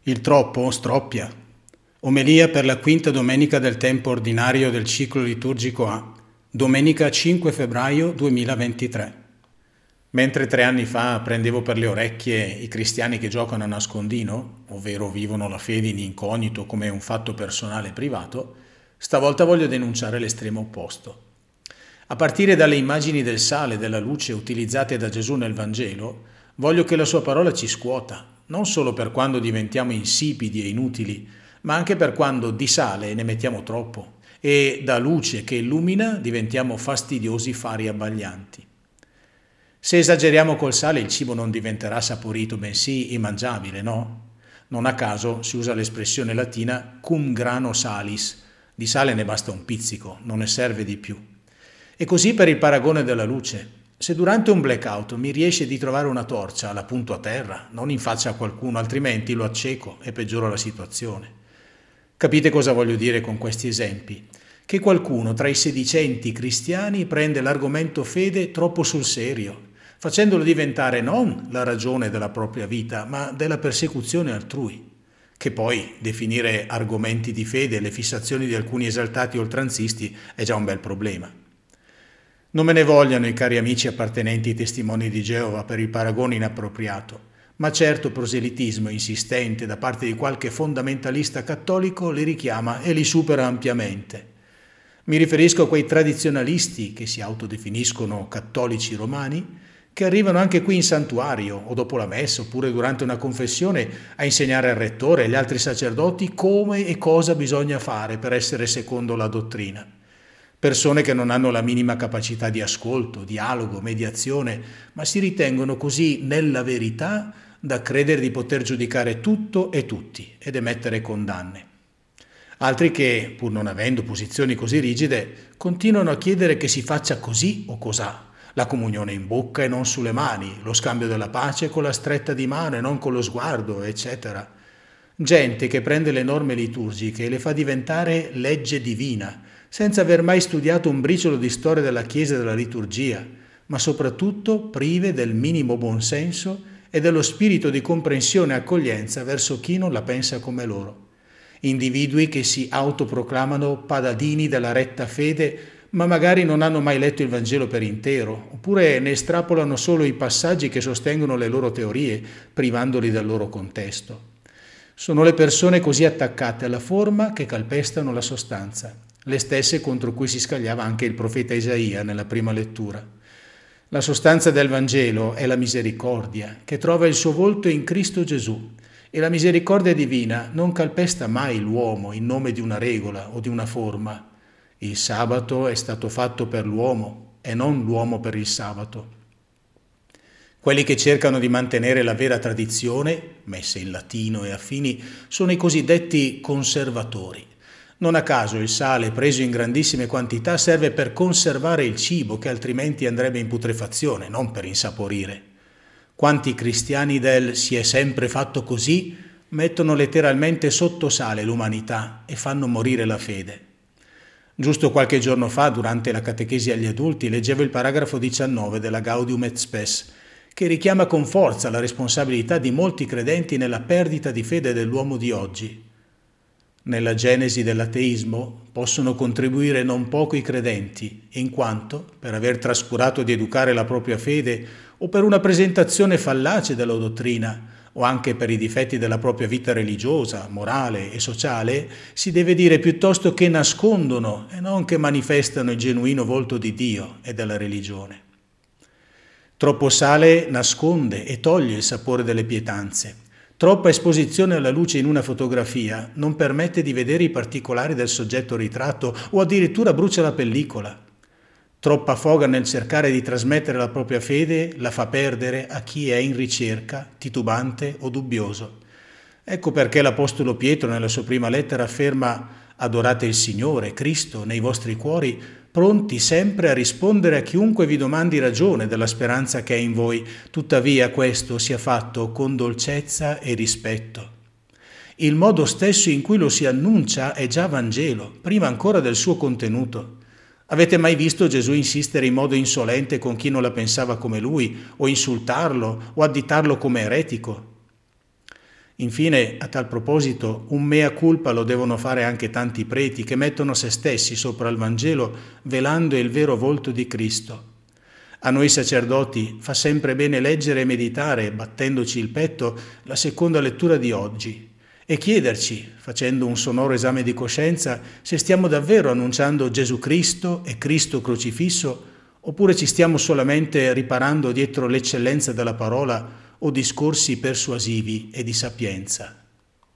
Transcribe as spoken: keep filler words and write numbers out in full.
Il troppo stroppia. Omelia per la quinta domenica del tempo ordinario del ciclo liturgico A, domenica cinque febbraio duemilaventitré. Mentre tre anni fa prendevo per le orecchie i cristiani che giocano a nascondino, ovvero vivono la fede in incognito come un fatto personale e privato, stavolta voglio denunciare l'estremo opposto. A partire dalle immagini del sale e della luce utilizzate da Gesù nel Vangelo, voglio che la sua parola ci scuota, non solo per quando diventiamo insipidi e inutili, ma anche per quando di sale ne mettiamo troppo e da luce che illumina diventiamo fastidiosi fari abbaglianti. Se esageriamo col sale il cibo non diventerà saporito, bensì immangiabile, no? Non a caso si usa l'espressione latina cum grano salis, di sale ne basta un pizzico, non ne serve di più. E così per il paragone della luce. Se durante un blackout mi riesce di trovare una torcia, la punto a terra, non in faccia a qualcuno, altrimenti lo acceco e peggioro la situazione. Capite cosa voglio dire con questi esempi? Che qualcuno tra i sedicenti cristiani prende l'argomento fede troppo sul serio, facendolo diventare non la ragione della propria vita, ma della persecuzione altrui. Che poi definire argomenti di fede le fissazioni di alcuni esaltati oltranzisti è già un bel problema. Non me ne vogliano i cari amici appartenenti ai testimoni di Geova per il paragone inappropriato, ma certo proselitismo insistente da parte di qualche fondamentalista cattolico li richiama e li supera ampiamente. Mi riferisco a quei tradizionalisti che si autodefiniscono cattolici romani, che arrivano anche qui in santuario o dopo la messa oppure durante una confessione a insegnare al rettore e agli altri sacerdoti come e cosa bisogna fare per essere secondo la dottrina. Persone che non hanno la minima capacità di ascolto, dialogo, mediazione, ma si ritengono così nella verità da credere di poter giudicare tutto e tutti ed emettere condanne. Altri che, pur non avendo posizioni così rigide, continuano a chiedere che si faccia così o cosà, la comunione in bocca e non sulle mani, lo scambio della pace con la stretta di mano e non con lo sguardo, eccetera. Gente che prende le norme liturgiche e le fa diventare legge divina, senza aver mai studiato un briciolo di storia della Chiesa e della liturgia, ma soprattutto prive del minimo buonsenso e dello spirito di comprensione e accoglienza verso chi non la pensa come loro. Individui che si autoproclamano paladini della retta fede, ma magari non hanno mai letto il Vangelo per intero, oppure ne estrapolano solo i passaggi che sostengono le loro teorie, privandoli del loro contesto. Sono le persone così attaccate alla forma che calpestano la sostanza, le stesse contro cui si scagliava anche il profeta Isaia nella prima lettura. La sostanza del Vangelo è la misericordia, che trova il suo volto in Cristo Gesù, e la misericordia divina non calpesta mai l'uomo in nome di una regola o di una forma. Il sabato è stato fatto per l'uomo e non l'uomo per il sabato. Quelli che cercano di mantenere la vera tradizione, messe in latino e affini, sono i cosiddetti conservatori. Non a caso il sale preso in grandissime quantità serve per conservare il cibo che altrimenti andrebbe in putrefazione, non per insaporire. Quanti cristiani del si è sempre fatto così mettono letteralmente sotto sale l'umanità e fanno morire la fede. Giusto qualche giorno fa, durante la catechesi agli adulti, leggevo il paragrafo diciannove della Gaudium et Spes, che richiama con forza la responsabilità di molti credenti nella perdita di fede dell'uomo di oggi. Nella genesi dell'ateismo possono contribuire non poco i credenti, in quanto, per aver trascurato di educare la propria fede o per una presentazione fallace della dottrina, o anche per i difetti della propria vita religiosa, morale e sociale, si deve dire piuttosto che nascondono e non che manifestano il genuino volto di Dio e della religione. Troppo sale nasconde e toglie il sapore delle pietanze. Troppa esposizione alla luce in una fotografia non permette di vedere i particolari del soggetto ritratto o addirittura brucia la pellicola. Troppa foga nel cercare di trasmettere la propria fede la fa perdere a chi è in ricerca, titubante o dubbioso. Ecco perché l'Apostolo Pietro nella sua prima lettera afferma: adorate il Signore, Cristo, nei vostri cuori, pronti sempre a rispondere a chiunque vi domandi ragione della speranza che è in voi, tuttavia questo sia fatto con dolcezza e rispetto. Il modo stesso in cui lo si annuncia è già Vangelo, prima ancora del suo contenuto. Avete mai visto Gesù insistere in modo insolente con chi non la pensava come lui, o insultarlo, o additarlo come eretico? Infine, a tal proposito, un mea culpa lo devono fare anche tanti preti che mettono se stessi sopra il Vangelo velando il vero volto di Cristo. A noi sacerdoti fa sempre bene leggere e meditare, battendoci il petto, la seconda lettura di oggi e chiederci, facendo un sonoro esame di coscienza, se stiamo davvero annunciando Gesù Cristo e Cristo crocifisso oppure ci stiamo solamente riparando dietro l'eccellenza della parola o discorsi persuasivi e di sapienza.